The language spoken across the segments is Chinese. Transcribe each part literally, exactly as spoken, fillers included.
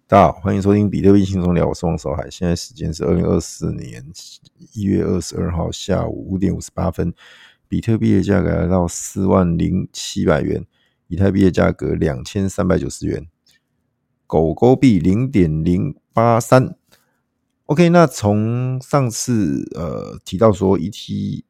大家好，欢迎收听比特币轻松聊，我是王守海。现在时间是二零二四年一月二十二号下午五点五十八分，比特币的价格来到四万零七百元，以太币的价格两千三百九十元，狗狗币 零点零八三。OK， 那从上次呃提到说 E T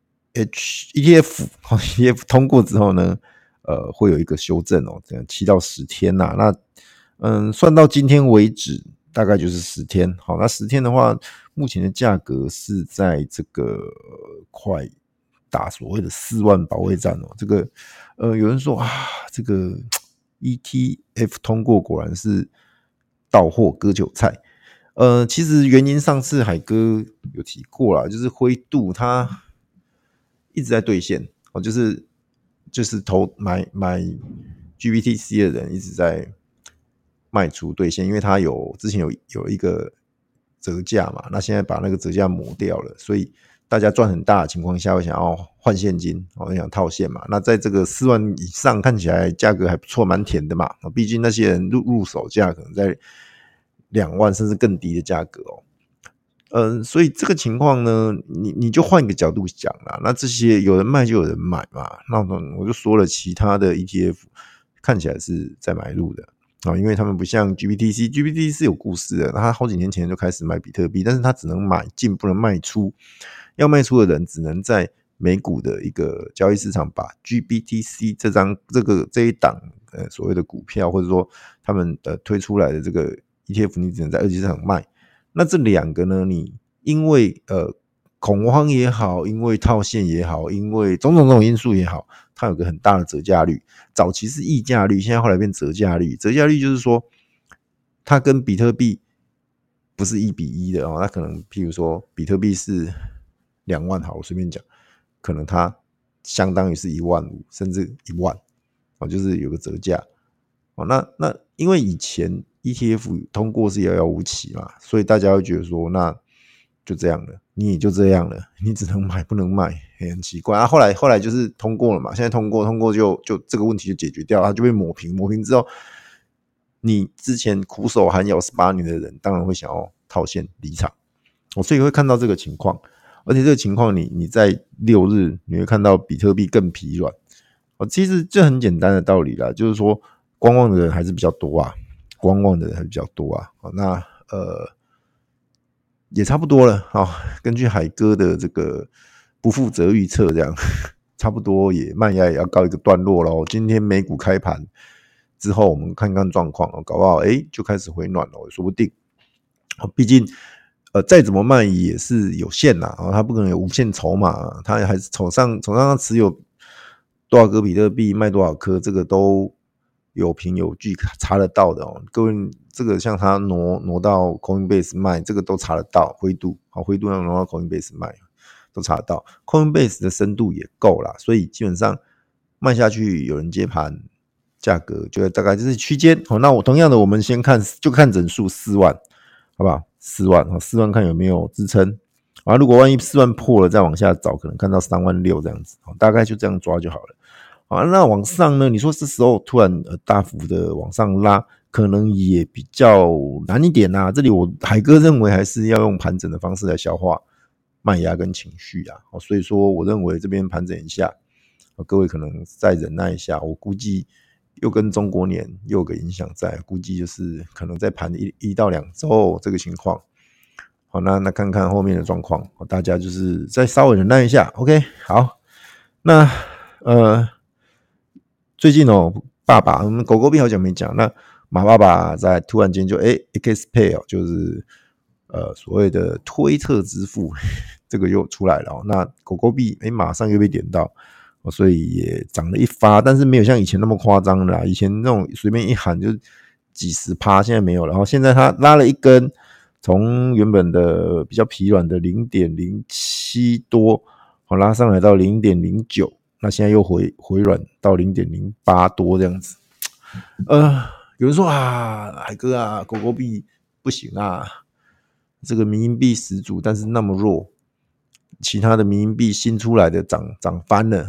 H E T F E T F 通过之后呢，呃会有一个修正哦，这样七到十天呐、啊。那嗯，算到今天为止，大概就是十天。好，那十天的话，目前的价格是在这个快打所谓的四万保卫战哦。这个呃，有人说啊，这个 E T F 通过果然是到货割韭菜。呃，其实原因上次海哥有提过啦，就是灰度他一直在兑现哦，就是就是投买买 G B T C 的人一直在卖出兑现，因为他有之前有有一个折价嘛，那现在把那个折价抹掉了，所以大家赚很大的情况下，会想要换现金，哦，想套现嘛。那在这个四万以上，看起来价格还不错，蛮甜的嘛。毕竟那些人入入手价可能在两万甚至更低的价格哦。嗯，所以这个情况呢，你你就换一个角度讲啦。那这些有人卖就有人买嘛。那我就说了，其他的 E T F 看起来是在买入的啊，因为他们不像 G B T C，G B T C 是有故事的，他好几年前就开始买比特币，但是他只能买进不能卖出，要卖出的人只能在美股的一个交易市场把 G B T C 这张这个这一档呃所谓的股票，或者说他们呃推出来的这个 E T F， 你只能在二级市场卖。那这两个呢，你因为呃恐慌也好，因为套现也好，因为种种种因素也好，它有个很大的折价率。早期是溢价率，现在后来变折价率。折价率就是说，它跟比特币不是一比一的哦，那可能譬如说比特币是两万，好，我随便讲，可能它相当于是一万五，甚至一万，哦，就是有个折价。哦，那那因为以前 E T F 通过是遥遥无期嘛，所以大家会觉得说，那就这样了，你也就这样了，你只能买不能卖，很奇怪啊。后来后来就是通过了嘛，现在通过通过就就这个问题就解决掉了，它就被抹平，抹平之后，你之前苦守寒窑十八年的人，当然会想要套现离场，哦，所以会看到这个情况，而且这个情况你你在六日你会看到比特币更疲软，哦，其实这很简单的道理啦，就是说观望的人还是比较多啊，观望的人还是比较多啊，哦，那呃也差不多了啊，哦，根据海哥的这个不负责预测，这样差不多也卖压也要告一个段落咯。今天美股开盘之后，我们看看状况，搞不好哎就开始回暖了，也说不定。毕竟呃再怎么卖也是有限啦，哦，他不可能有无限筹码，他还是手上手上持有多少个比特币卖多少颗，这个都有凭有据查得到的哦。各位，这个像他挪挪到 Coinbase 卖，这个都查得到，灰度好，灰度要挪到 Coinbase 卖，都查得到。Coinbase 的深度也够啦，所以基本上卖下去有人接盘，价格就大概就是区间。好，那我同样的，我们先看就看整数四万，好不好？四万，四万看有没有支撑。啊，如果万一四万破了，再往下找，可能看到三万六这样子，大概就这样抓就好了。啊，那往上呢？你说这时候突然呃大幅的往上拉，可能也比较难一点啊。这里我海哥认为还是要用盘整的方式来消化卖压跟情绪啊。所以说我认为这边盘整一下，各位可能再忍耐一下。我估计又跟中国年又有个影响在，估计就是可能再盘一一到两周这个情况。好，那那看看后面的状况，大家就是再稍微忍耐一下。OK， 好，那呃。最近哦，爸爸，我们狗狗币好久没讲，那马爸爸在突然间就哎 ，X Pay 哦，就是呃所谓的推特支付，这个又出来了哦。那狗狗币哎，马上又被点到，哦，所以也涨了一发，但是没有像以前那么夸张啦。以前那种随便一喊就几十趴，现在没有了。然后现在它拉了一根，从原本的比较疲软的 零点零七 多，哦，拉上来到 零点零九。那现在又回回软到 零点零八 多这样子，呃，有人说啊，海哥啊，狗狗币不行啊，这个民营币始祖，但是那么弱，其他的民营币新出来的涨涨翻了，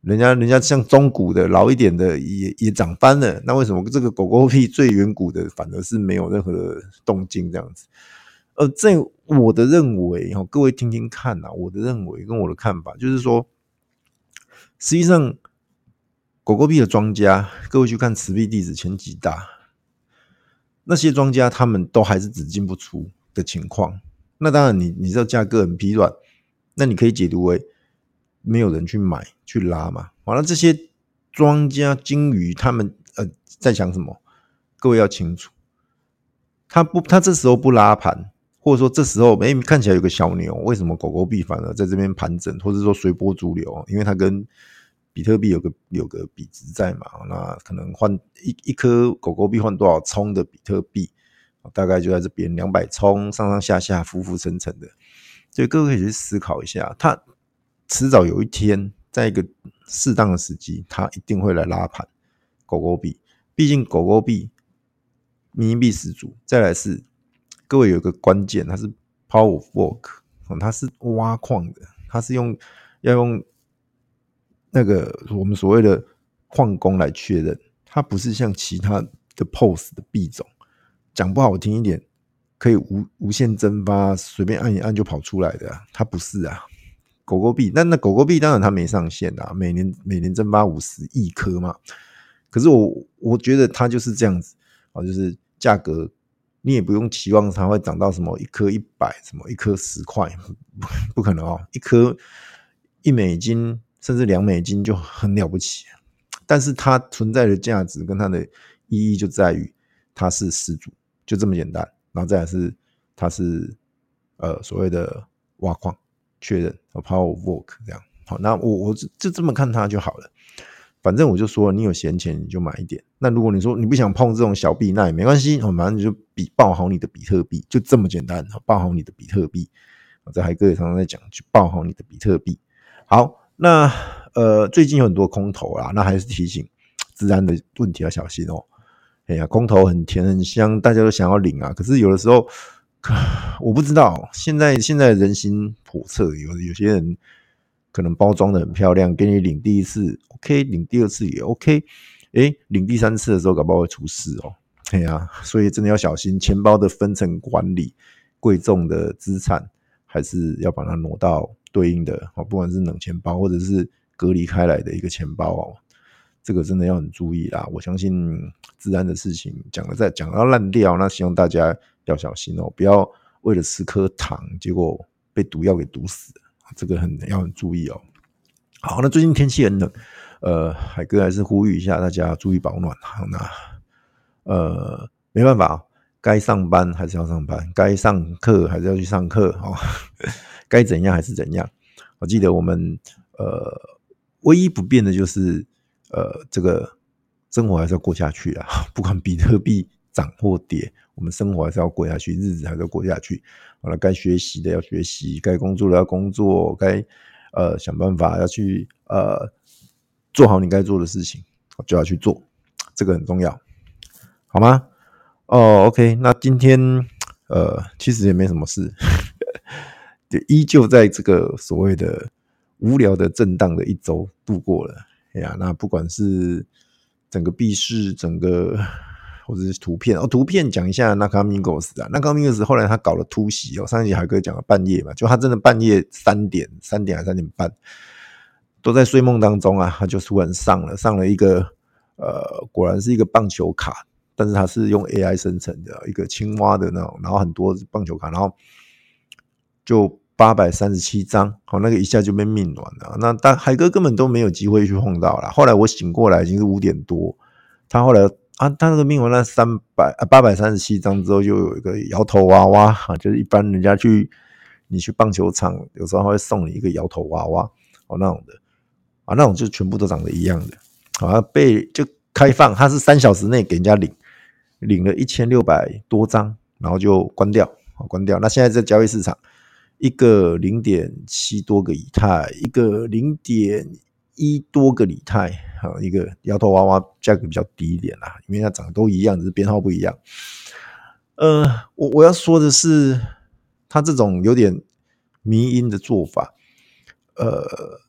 人家人家像中股的老一点的也也涨翻了，那为什么这个狗狗币最远股的反而是没有任何的动静这样子？呃，在我的认为，各位听听看啊，我的认为跟我的看法就是说，实际上狗狗币的庄家，各位去看持币地址前几大，那些庄家他们都还是只进不出的情况。那当然你，你知道价格很疲软，那你可以解读为没有人去买去拉嘛。好，那这些庄家鲸鱼他们呃在想什么？各位要清楚，他不，他这时候不拉盘，或者说这时候哎看起来有个小牛，为什么狗狗币反而在这边盘整，或者说随波逐流？因为它跟比特币有个有个比值在嘛，那可能换一一颗狗狗币换多少冲的比特币，大概就在这边两百冲，上上下下浮浮沉沉的。所以各位可以去思考一下，它迟早有一天，在一个适当的时机，它一定会来拉盘狗狗币。毕竟狗狗币迷因币始祖，再来是各位有一个关键，它是 Power of Work， 它是挖矿的，它是用要用那个我们所谓的矿工来确认，它不是像其他的 P O S 的币种，讲不好听一点，可以 无, 无限蒸发，随便按一按就跑出来的、啊，它不是啊。狗狗币，那那狗狗币当然它没上限啊，每年每年蒸发五十亿颗嘛。可是我我觉得它就是这样子啊，就是价格你也不用期望它会涨到什么一颗一百，什么一颗十块，不可能哦，一颗一美金甚至两美金就很了不起。但是它存在的价值跟它的意义就在于它是始祖，就这么简单。然后再来是它是呃所谓的挖矿确认 Power of Work 这样。好，那我我就这么看它就好了。反正我就说你有闲钱你就买一点。那如果你说你不想碰这种小币，那也没关系，反正你就比抱好你的比特币，就这么简单，抱好你的比特币。在海哥也常常在讲，去抱好你的比特币。好，那呃最近有很多空头啦，那还是提醒治安的问题要小心哦。哎呀，空头很甜很香，大家都想要领啊。可是有的时候，我不知道，现在现在人心叵测，有有些人可能包装的很漂亮，给你领第一次 OK， 领第二次也 OK， 哎，领第三次的时候搞不好会出事哦。哎呀，所以真的要小心钱包的分层管理，贵重的资产还是要把它挪到对应的，不管是冷钱包或者是隔离开来的一个钱包哦。这个真的要很注意啦，我相信治安的事情讲了再讲到烂掉，那希望大家要小心哦，不要为了吃颗糖，结果被毒药给毒死了，这个很要很注意哦。好，那最近天气很冷，呃，海哥还是呼吁一下大家注意保暖。好，那呃没办法，该上班还是要上班，该上课还是要去上课哦，该怎样还是怎样。我记得我们呃唯一不变的就是呃这个生活还是要过下去啦，不管比特币涨或跌，我们生活还是要过下去，日子还是要过下去。好了，该学习的要学习，该工作的要工作，该呃想办法要去呃做好你该做的事情，就要去做，这个很重要，好吗？哦 ，OK， 那今天呃其实也没什么事，就依旧在这个所谓的无聊的震荡的一周度过了。哎呀，那不管是整个币市，整个或者是图片哦，图片讲一下 Nakamigos 啊 ，Nakamigos 后来他搞了突袭哦，上一集海哥讲了半夜嘛，就他真的半夜三点、三点还三点半，都在睡梦当中啊，他就突然上了，上了一个呃，果然是一个棒球卡，但是它是用 A I 生成的一个青蛙的那种，然后很多棒球卡，然后就八百三十七张，好，那个一下就被命暖了。那但海哥根本都没有机会去碰到啦。后来我醒过来已经是五点多，他后来啊，他那个命完那三百啊八百三十七张之后，就有一个摇头娃娃啊，就是一般人家去你去棒球场，有时候他会送你一个摇头娃娃哦那种的啊，那种就全部都长得一样的，好，被就开放，他是三小时内给人家领，领了一千六百多张，然后就关掉，关掉。那现在在交易市场。一个 零点七 多个以太，一个 零点一 多个以太，一个摇头娃娃价格比较低一点啦，因为它长得都一样，只是编号不一样。呃，我我要说的是，它这种有点迷因的做法，呃，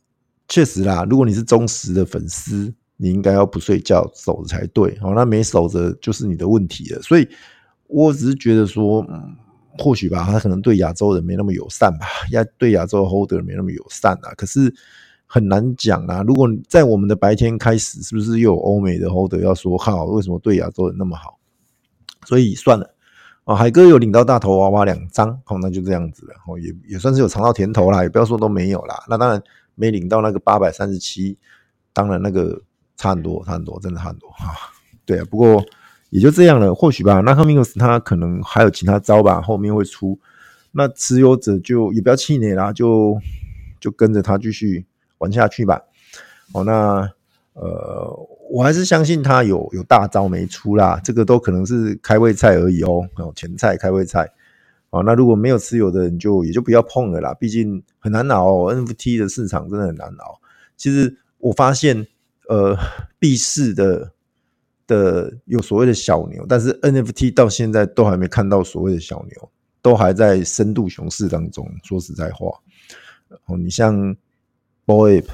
确实啦，如果你是忠实的粉丝，你应该要不睡觉守着才对，哦，那没守着就是你的问题了。所以我只是觉得说，嗯，或许吧，他可能对亚洲人没那么友善吧，亚对亚洲的 holder 没那么友善啊。可是很难讲啊，如果在我们的白天开始，是不是又有欧美的 holder 要说好，为什么对亚洲人那么好？所以算了。哦，海哥有领到大头娃娃两张，哦，那就这样子了，哦，也也算是有尝到甜头啦，也不要说都没有啦。那当然没领到那个八百三十七，当然那个差很多，差很多，真的差很多啊。对啊，不过也就这样了，或许吧。那 Minus 他可能还有其他招吧，后面会出。那持有者就也不要气馁啦，就就跟着他继续玩下去吧。哦，那呃。我还是相信他有有大招没出啦，这个都可能是开胃菜而已哦，前菜开胃菜。哦，那如果没有持有的人就也就不要碰了啦，毕竟很难熬哦 ，N F T 的市场真的很难熬。其实我发现，呃，币市的的有所谓的小牛，但是 N F T 到现在都还没看到所谓的小牛，都还在深度熊市当中。说实在话，哦，你像 B O Y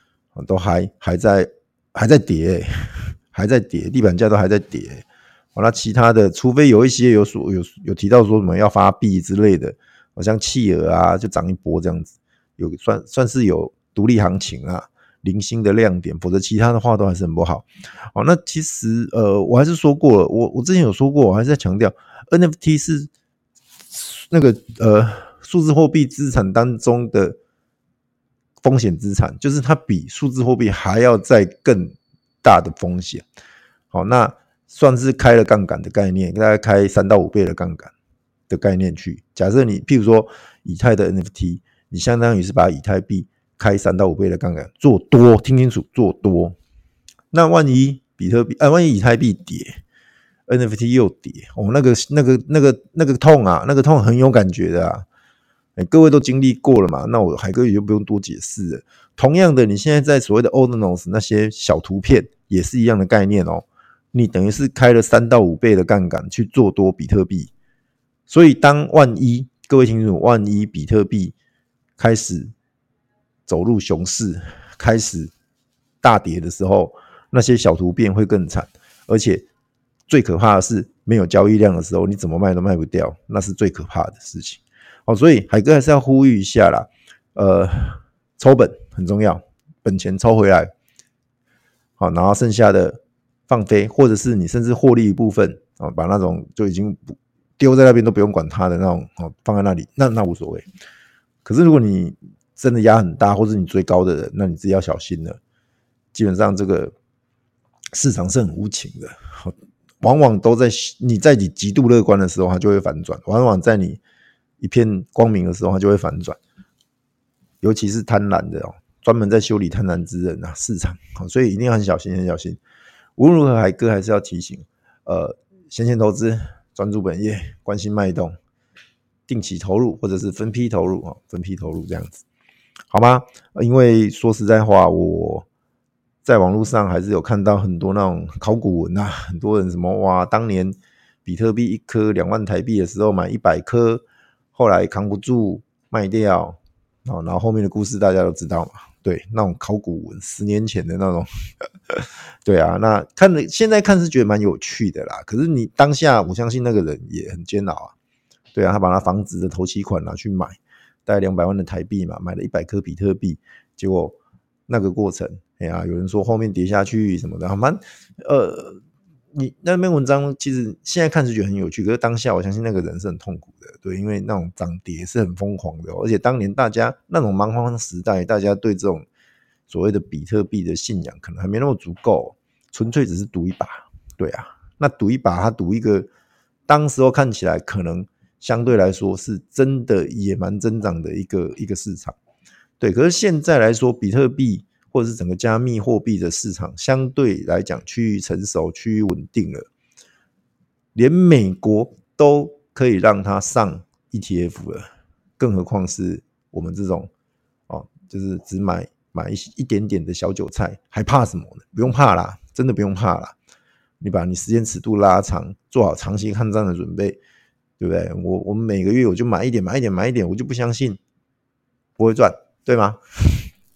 P 都还还在。还在跌、欸，还在跌，地板价都还在跌、欸。好，那其他的，除非有一些有所有有提到说什么要发币之类的，好像企鹅啊就涨一波这样子，有算算是有独立行情啊，零星的亮点，否则其他的话都还是很不好。好，那其实呃，我还是说过了，我我之前有说过，我还是在强调 ，N F T 是那个呃数字货币资产当中的。风险资产就是它比数字货币还要再更大的风险，好，那算是开了杠杆的概念，大概开三到五倍的杠杆的概念去。假设你譬如说以太的 N F T， 你相当于是把以太币开三到五倍的杠杆做多，听清楚做多。那万一比特币，呃、啊，万一以太币跌 ，N F T 又跌，哦，那个那个那个那个痛啊，那个痛很有感觉的啊。欸、各位都经历过了嘛，那我海哥也就不用多解释了。同样的，你现在在所谓的 Ordinals 那些小图片也是一样的概念哦。你等于是开了三到五倍的杠杆去做多比特币，所以当万一各位清楚，万一比特币开始走入熊市，开始大跌的时候，那些小图片会更惨，而且最可怕的是没有交易量的时候，你怎么卖都卖不掉，那是最可怕的事情。哦，所以海哥还是要呼吁一下啦，呃，抽本很重要，本钱抽回来，好，然后剩下的放飞，或者是你甚至获利一部分，哦，把那种就已经丢在那边都不用管它的那种，哦，放在那里，那那无所谓。可是如果你真的压很大，或者你追高的人，那你自己要小心了。基本上这个市场是很无情的，往往都在你在你极度乐观的时候，它就会反转；往往在你一片光明的时候，它就会反转。尤其是贪婪的哦，专门在修理贪婪之人啊，市场，所以一定要很小心，很小心。无论如何，海哥还是要提醒，呃，闲钱投资，专注本业，关心脉动，定期投入或者是分批投入，分批投入这样子，好吗？因为说实在话，我在网络上还是有看到很多那种考古文啊，很多人什么哇，当年比特币一颗两万台币的时候买一百颗。后来扛不住卖掉，然后后面的故事大家都知道嘛，对，那种考古文十年前的那种对啊，那看了现在看是觉得蛮有趣的啦，可是你当下我相信那个人也很煎熬啊，对啊，他把他房子的头期款拿去买，大概两百万的台币嘛，买了一百颗比特币，结果那个过程，哎呀，有人说后面跌下去什么的，蛮呃你那篇文章其实现在看是觉得很有趣，可是当下我相信那个人是很痛苦的，对，因为那种涨跌是很疯狂的，而且当年大家那种蛮荒时代，大家对这种所谓的比特币的信仰可能还没那么足够，纯粹只是赌一把，对啊，那赌一把，他赌一个当时候看起来可能相对来说是真的也蛮增长的一个一个市场，对，可是现在来说，比特币或者是整个加密货币的市场相对来讲趋于成熟、趋于稳定了，连美国都可以让它上 E T F 了，更何况是我们这种哦，就是只买买 一, 一点点的小韭菜，还怕什么呢？不用怕啦，真的不用怕啦。你把你时间尺度拉长，做好长期抗战的准备，对不对？我我们每个月我就买一点，买一点，买一点，我就不相信不会赚，对吗？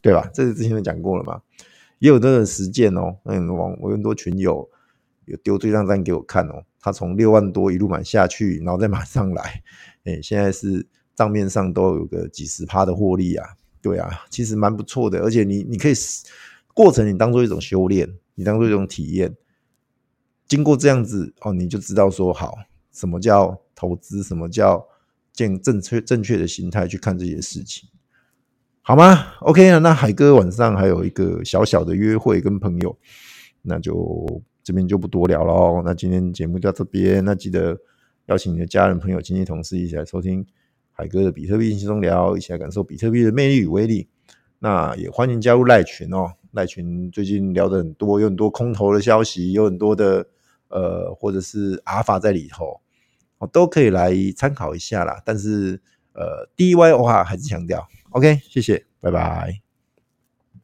对吧？这个之前都讲过了嘛。也有的人实践哦，嗯，我有很多群友有丢对账单给我看哦，他从六万多一路买下去，然后再马上来，哎，现在是账面上都有个几十趴的获利啊，对啊，其实蛮不错的，而且你你可以过程你当做一种修炼，你当做一种体验，经过这样子哦，你就知道说好什么叫投资，什么叫正正确正确的心态去看这些事情。好吗 ？OK 啊，那海哥晚上还有一个小小的约会跟朋友，那就这边就不多聊了。那今天节目就到这边，那记得邀请你的家人、朋友、亲戚、同事一起来收听海哥的比特币轻松聊，一起来感受比特币的魅力与威力。那也欢迎加入赖群哦，赖群最近聊的很多，有很多空头的消息，有很多的呃或者是阿法在里头，哦都可以来参考一下啦。但是呃 D I Y 的话还是强调。OK， 谢谢，拜拜。